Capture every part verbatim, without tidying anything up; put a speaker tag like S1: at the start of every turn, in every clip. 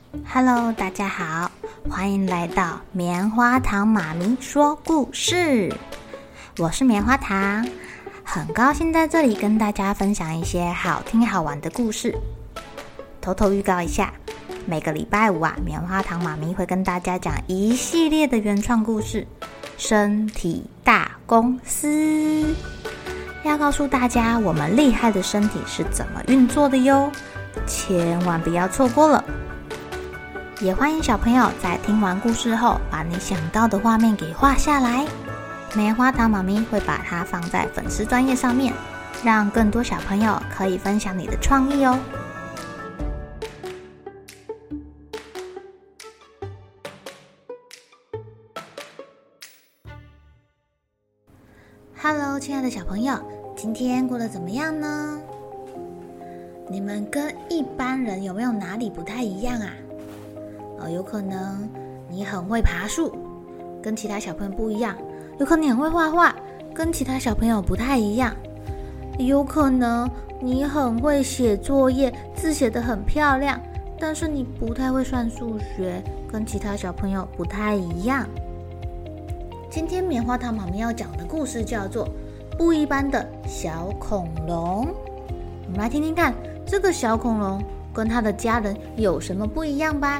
S1: Hello， 大家好，欢迎来到棉花糖妈咪说故事。我是棉花糖，很高兴在这里跟大家分享一些好听好玩的故事。偷偷预告一下，每个礼拜五啊，棉花糖妈咪会跟大家讲一系列的原创故事。身体大公司要告诉大家我们厉害的身体是怎么运作的哟，千万不要错过了。也欢迎小朋友在听完故事后，把你想到的画面给画下来。棉花糖妈咪会把它放在粉丝专页上面，让更多小朋友可以分享你的创意哦。Hello， 亲爱的小朋友，今天过得怎么样呢？你们跟一般人有没有哪里不太一样啊？哦，有可能你很会爬树，跟其他小朋友不一样；有可能你很会画画，跟其他小朋友不太一样；有可能你很会写作业，字写得很漂亮，但是你不太会算数学，跟其他小朋友不太一样。今天棉花糖妈咪要讲的故事叫做《不一般的小恐龙》。我们来听听看，这个小恐龙跟他的家人有什么不一样吧。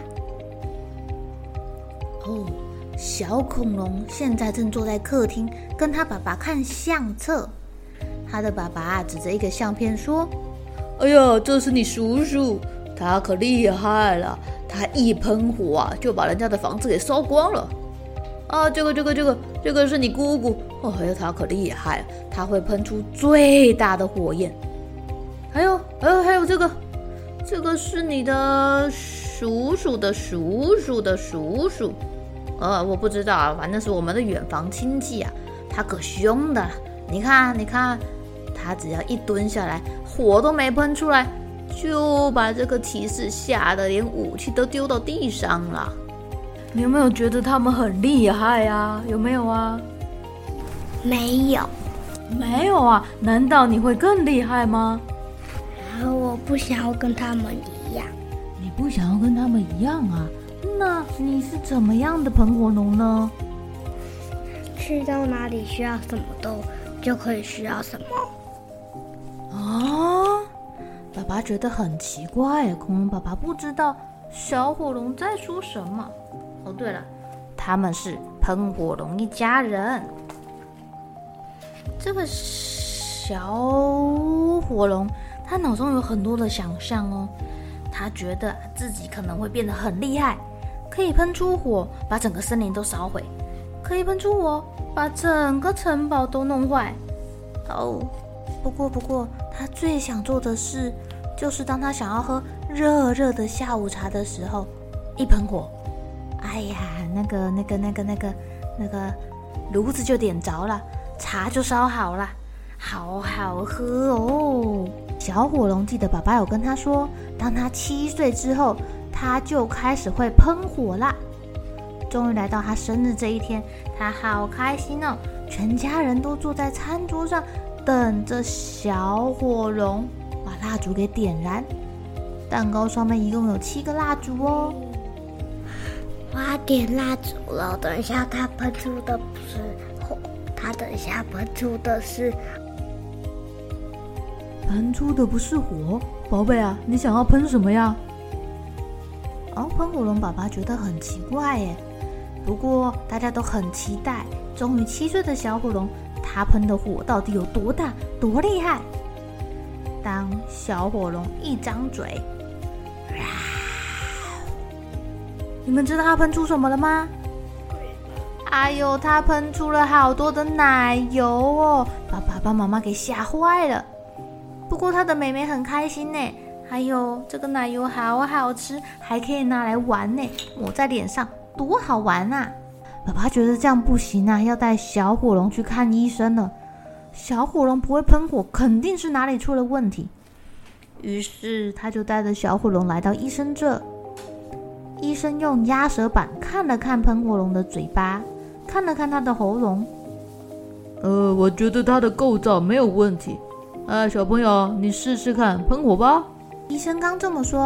S1: 哦，小恐龙现在正坐在客厅，跟他爸爸看相册。他的爸爸指着一个相片说：“
S2: 哎呀，这是你叔叔，他可厉害了，他一喷火啊，就把人家的房子给烧光了。啊，这个这个这个这个是你姑姑，哦，哎呀，他可厉害了，他会喷出最大的火焰。还有，还有，还有这个，这个是你的叔叔的叔叔的叔叔，呃，我不知道啊，反正是我们的远房亲戚啊，他可凶的，你看，你看，他只要一蹲下来，火都没喷出来，就把这个骑士吓得连武器都丢到地上了。你有没有觉得他们很厉害啊？有没有啊？
S3: 没有，
S2: 没有啊？难道你会更厉害吗？
S3: 我不想要跟他们一样。
S2: 你不想要跟他们一样啊？那你是怎么样的喷火龙呢？
S3: 去到哪里需要什么都就可以需要什么。
S1: 啊，爸爸觉得很奇怪，恐龙爸爸不知道小火龙在说什么。哦，对了，他们是喷火龙一家人。这个小火龙，他脑中有很多的想象哦。他觉得自己可能会变得很厉害，可以喷出火，把整个森林都烧毁；可以喷出火，把整个城堡都弄坏。哦，不过不过，他最想做的事，就是当他想要喝热热的下午茶的时候，一喷火，哎呀，那个那个那个那个那个炉子就点着了，茶就烧好了，好好喝哦。小火龙记得爸爸有跟他说，当他七岁之后，他就开始会喷火啦。终于来到他生日这一天，他好开心哦！全家人都坐在餐桌上，等着小火龙把蜡烛给点燃。蛋糕上面一共有七个蜡烛哦。
S3: 我要点蜡烛了，等一下它喷出的不是火，它等一下喷出的是
S2: 喷出的不是火，宝贝啊，你想要喷什么呀？
S1: 哦，喷火龙爸爸觉得很奇怪耶，不过大家都很期待，终于七岁的小火龙，他喷的火到底有多大、多厉害？当小火龙一张嘴，你们知道他喷出什么了吗？哎呦，他喷出了好多的奶油哦，把爸爸妈妈给吓坏了。不过他的妹妹很开心呢，还有这个奶油好好吃，还可以拿来玩呢，抹在脸上多好玩啊！爸爸觉得这样不行啊，要带小火龙去看医生了。小火龙不会喷火，肯定是哪里出了问题。于是他就带着小火龙来到医生这。医生用压舌板看了看喷火龙的嘴巴，看了看他的喉咙。
S2: 呃，我觉得它的构造没有问题。哎，小朋友，你试试看喷火吧。
S1: 医生刚这么说，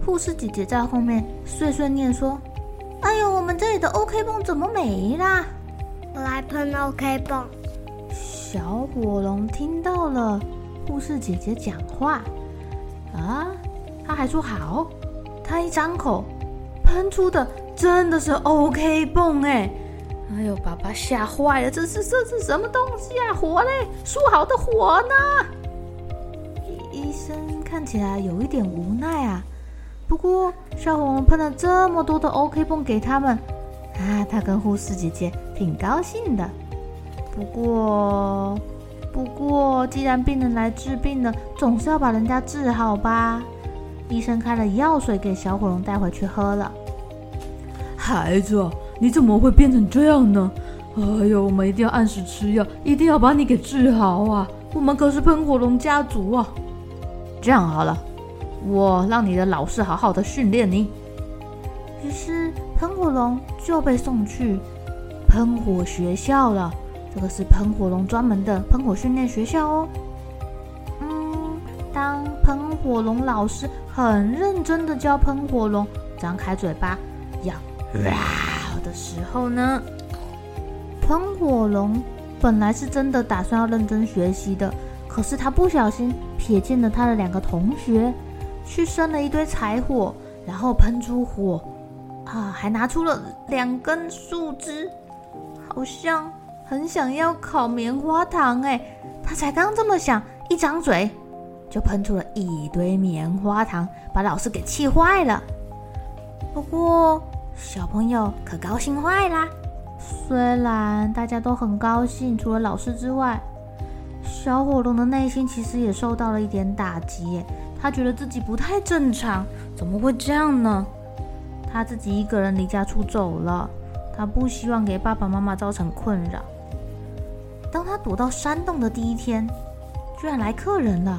S1: 护士姐姐在后面碎碎念说：“哎呦，我们这里的 OK 绷怎么没啦？”
S3: 我来喷 OK 绷。
S1: 小火龙听到了护士姐姐讲话，啊，他还说好。他一张口，喷出的真的是 OK 绷哎！哎呦，爸爸吓坏了，这是这是什么东西啊？火嘞，说好的火呢？医生看起来有一点无奈啊。不过小火龙喷了这么多的 OK 绷给他们，啊，他跟护士姐姐挺高兴的。不过，不过，既然病人来治病了，总是要把人家治好吧？医生开了药水给小火龙带回去喝了。
S2: 孩子，你怎么会变成这样呢？哎呦，我们一定要按时吃药，一定要把你给治好啊！我们可是喷火龙家族啊！这样好了，我让你的老师好好的训练你。
S1: 于是喷火龙就被送去喷火学校了。这个是喷火龙专门的喷火训练学校哦。嗯，当喷火龙老师很认真的教喷火龙张开嘴巴要哇的时候呢，喷火龙本来是真的打算要认真学习的，可是他不小心瞥见了他的两个同学去生了一堆柴火，然后喷出火啊，还拿出了两根树枝，好像很想要烤棉花糖哎！他才刚这么想，一张嘴就喷出了一堆棉花糖，把老师给气坏了。不过小朋友可高兴坏啦！虽然大家都很高兴，除了老师之外，小火龙的内心其实也受到了一点打击。他觉得自己不太正常，怎么会这样呢？他自己一个人离家出走了，他不希望给爸爸妈妈造成困扰。当他躲到山洞的第一天，居然来客人了，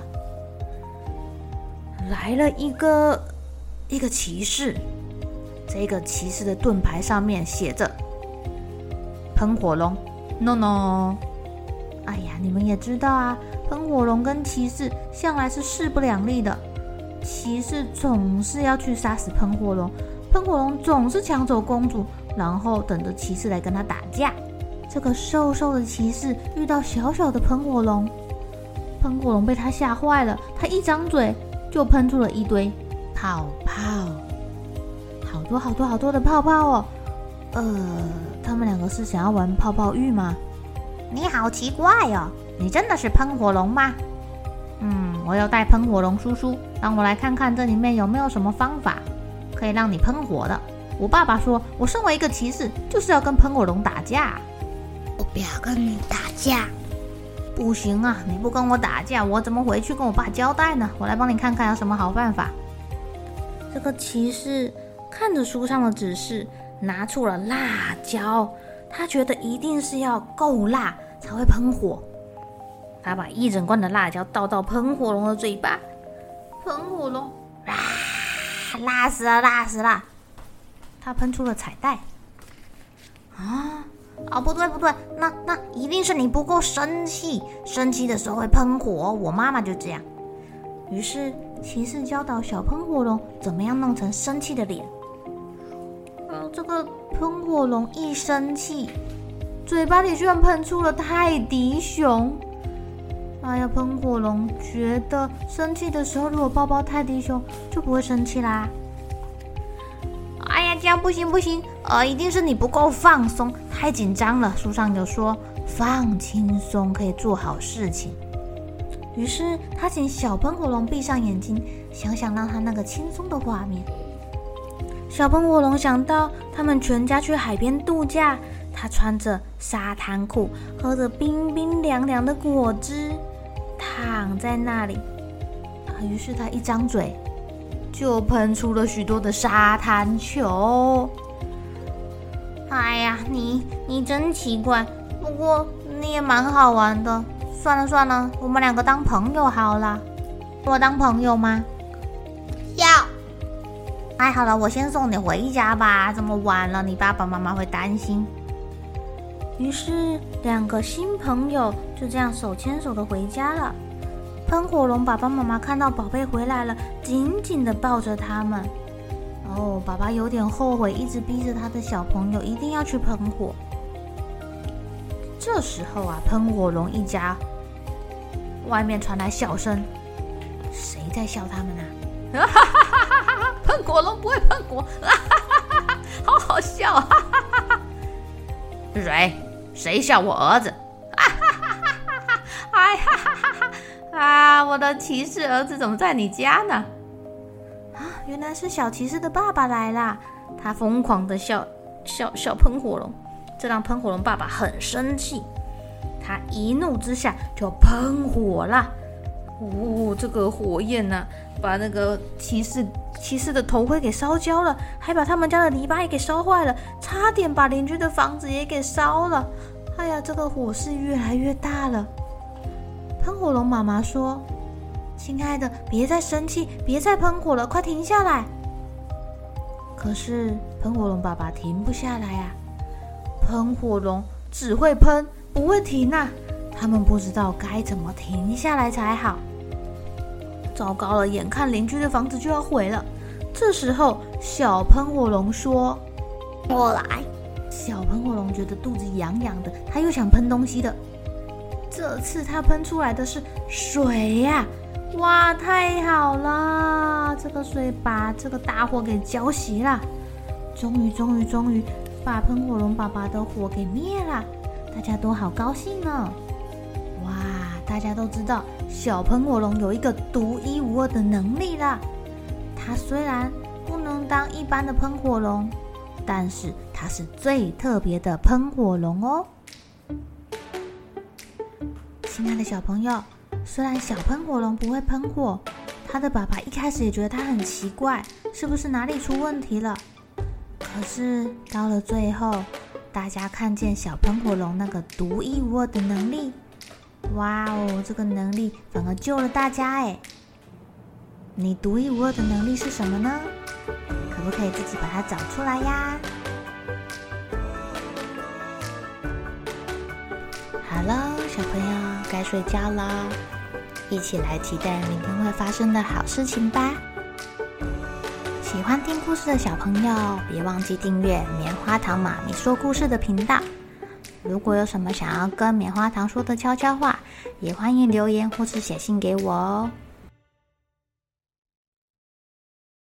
S1: 来了一个一个骑士。这个骑士的盾牌上面写着喷火龙 no no。 哎呀，你们也知道啊，喷火龙跟骑士向来是势不两立的。骑士总是要去杀死喷火龙，喷火龙总是抢走公主，然后等着骑士来跟他打架。这个瘦瘦的骑士遇到小小的喷火龙，喷火龙被他吓坏了，他一张嘴就喷出了一堆泡泡，好多好多好多的泡泡哦。呃，他们两个是想要玩泡泡浴吗？你好奇怪哦，你真的是喷火龙吗？嗯，我要带喷火龙叔叔，让我来看看这里面有没有什么方法可以让你喷火的。我爸爸说，我身为一个骑士，就是要跟喷火龙打架。
S3: 我不要跟你打架。
S1: 不行啊，你不跟我打架，我怎么回去跟我爸交代呢？我来帮你看看有什么好办法。这个骑士看着书上的指示，拿出了辣椒，他觉得一定是要够辣才会喷火。他把一整罐的辣椒倒到喷火龙的嘴巴，喷火龙啊，辣死了，辣死了！他喷出了彩带。啊，哦，不对不对，那那一定是你不够生气，生气的时候会喷火，我妈妈就这样。于是骑士教导小喷火龙怎么样弄成生气的脸。呃，这个喷火龙一生气，嘴巴里居然喷出了泰迪熊。哎呀，喷火龙觉得生气的时候如果抱抱泰迪熊就不会生气啦。哎呀，这样不行不行，呃，一定是你不够放松，太紧张了。书上有说放轻松可以做好事情。于是他请小喷火龙闭上眼睛，想想让他那个轻松的画面。小喷火龙想到他们全家去海边度假，他穿着沙滩裤，喝着冰冰凉凉的果汁，躺在那里。啊，于是他一张嘴就喷出了许多的沙滩球。哎呀，你你真奇怪，不过你也蛮好玩的。算了算了，我们两个当朋友好了。我当朋友吗？
S3: 要。
S1: 哎，好了，我先送你回家吧，这么晚了，你爸爸妈妈会担心。于是两个新朋友就这样手牵手的回家了。 喷火龙爸爸妈妈看到宝贝回来了，紧紧地抱着他们。哦，爸爸有点后悔，一直逼着他的小朋友一定要去喷火。这时候啊，喷火龙一家外面传来笑声，谁在笑他们啊？
S2: 喷火龙不会喷火，好好笑啊！谁谁笑我儿子？哎呀啊！我的骑士儿子怎么在你家呢？
S1: 啊，原来是小骑士的爸爸来啦！他疯狂的笑笑笑喷火龙，这让喷火龙爸爸很生气，他一怒之下就喷火啦！
S2: 哦，这个火焰啊，把那个骑士骑士的头盔给烧焦了，
S1: 还把他们家的篱笆也给烧坏了，差点把邻居的房子也给烧了。哎呀，这个火势越来越大了。喷火龙妈妈说：“亲爱的，别再生气，别再喷火了，快停下来。”可是喷火龙爸爸停不下来啊！喷火龙只会喷，不会停啊！他们不知道该怎么停下来才好。糟糕了，眼看邻居的房子就要毁了。这时候，小喷火龙说：“
S3: 我来。”
S1: 小喷火龙觉得肚子痒痒的，他又想喷东西的。这次他喷出来的是水呀、啊！哇，太好了！这个水把这个大火给浇熄了，终于，终于，终于把喷火龙爸爸的火给灭了。大家都好高兴呢！哇，大家都知道小喷火龙有一个独一无二的能力啦。它虽然不能当一般的喷火龙，但是它是最特别的喷火龙哦。亲爱的小朋友，虽然小喷火龙不会喷火，他的爸爸一开始也觉得他很奇怪，是不是哪里出问题了？可是到了最后，大家看见小喷火龙那个独一无二的能力，哇哦，这个能力反而救了大家哎！你独一无二的能力是什么呢？可不可以自己把它找出来呀？好了，小朋友该睡觉啦，一起来期待明天会发生的好事情吧。喜欢听故事的小朋友，别忘记订阅棉花糖妈咪说故事的频道。如果有什么想要跟棉花糖说的悄悄话，也欢迎留言或是写信给我哦。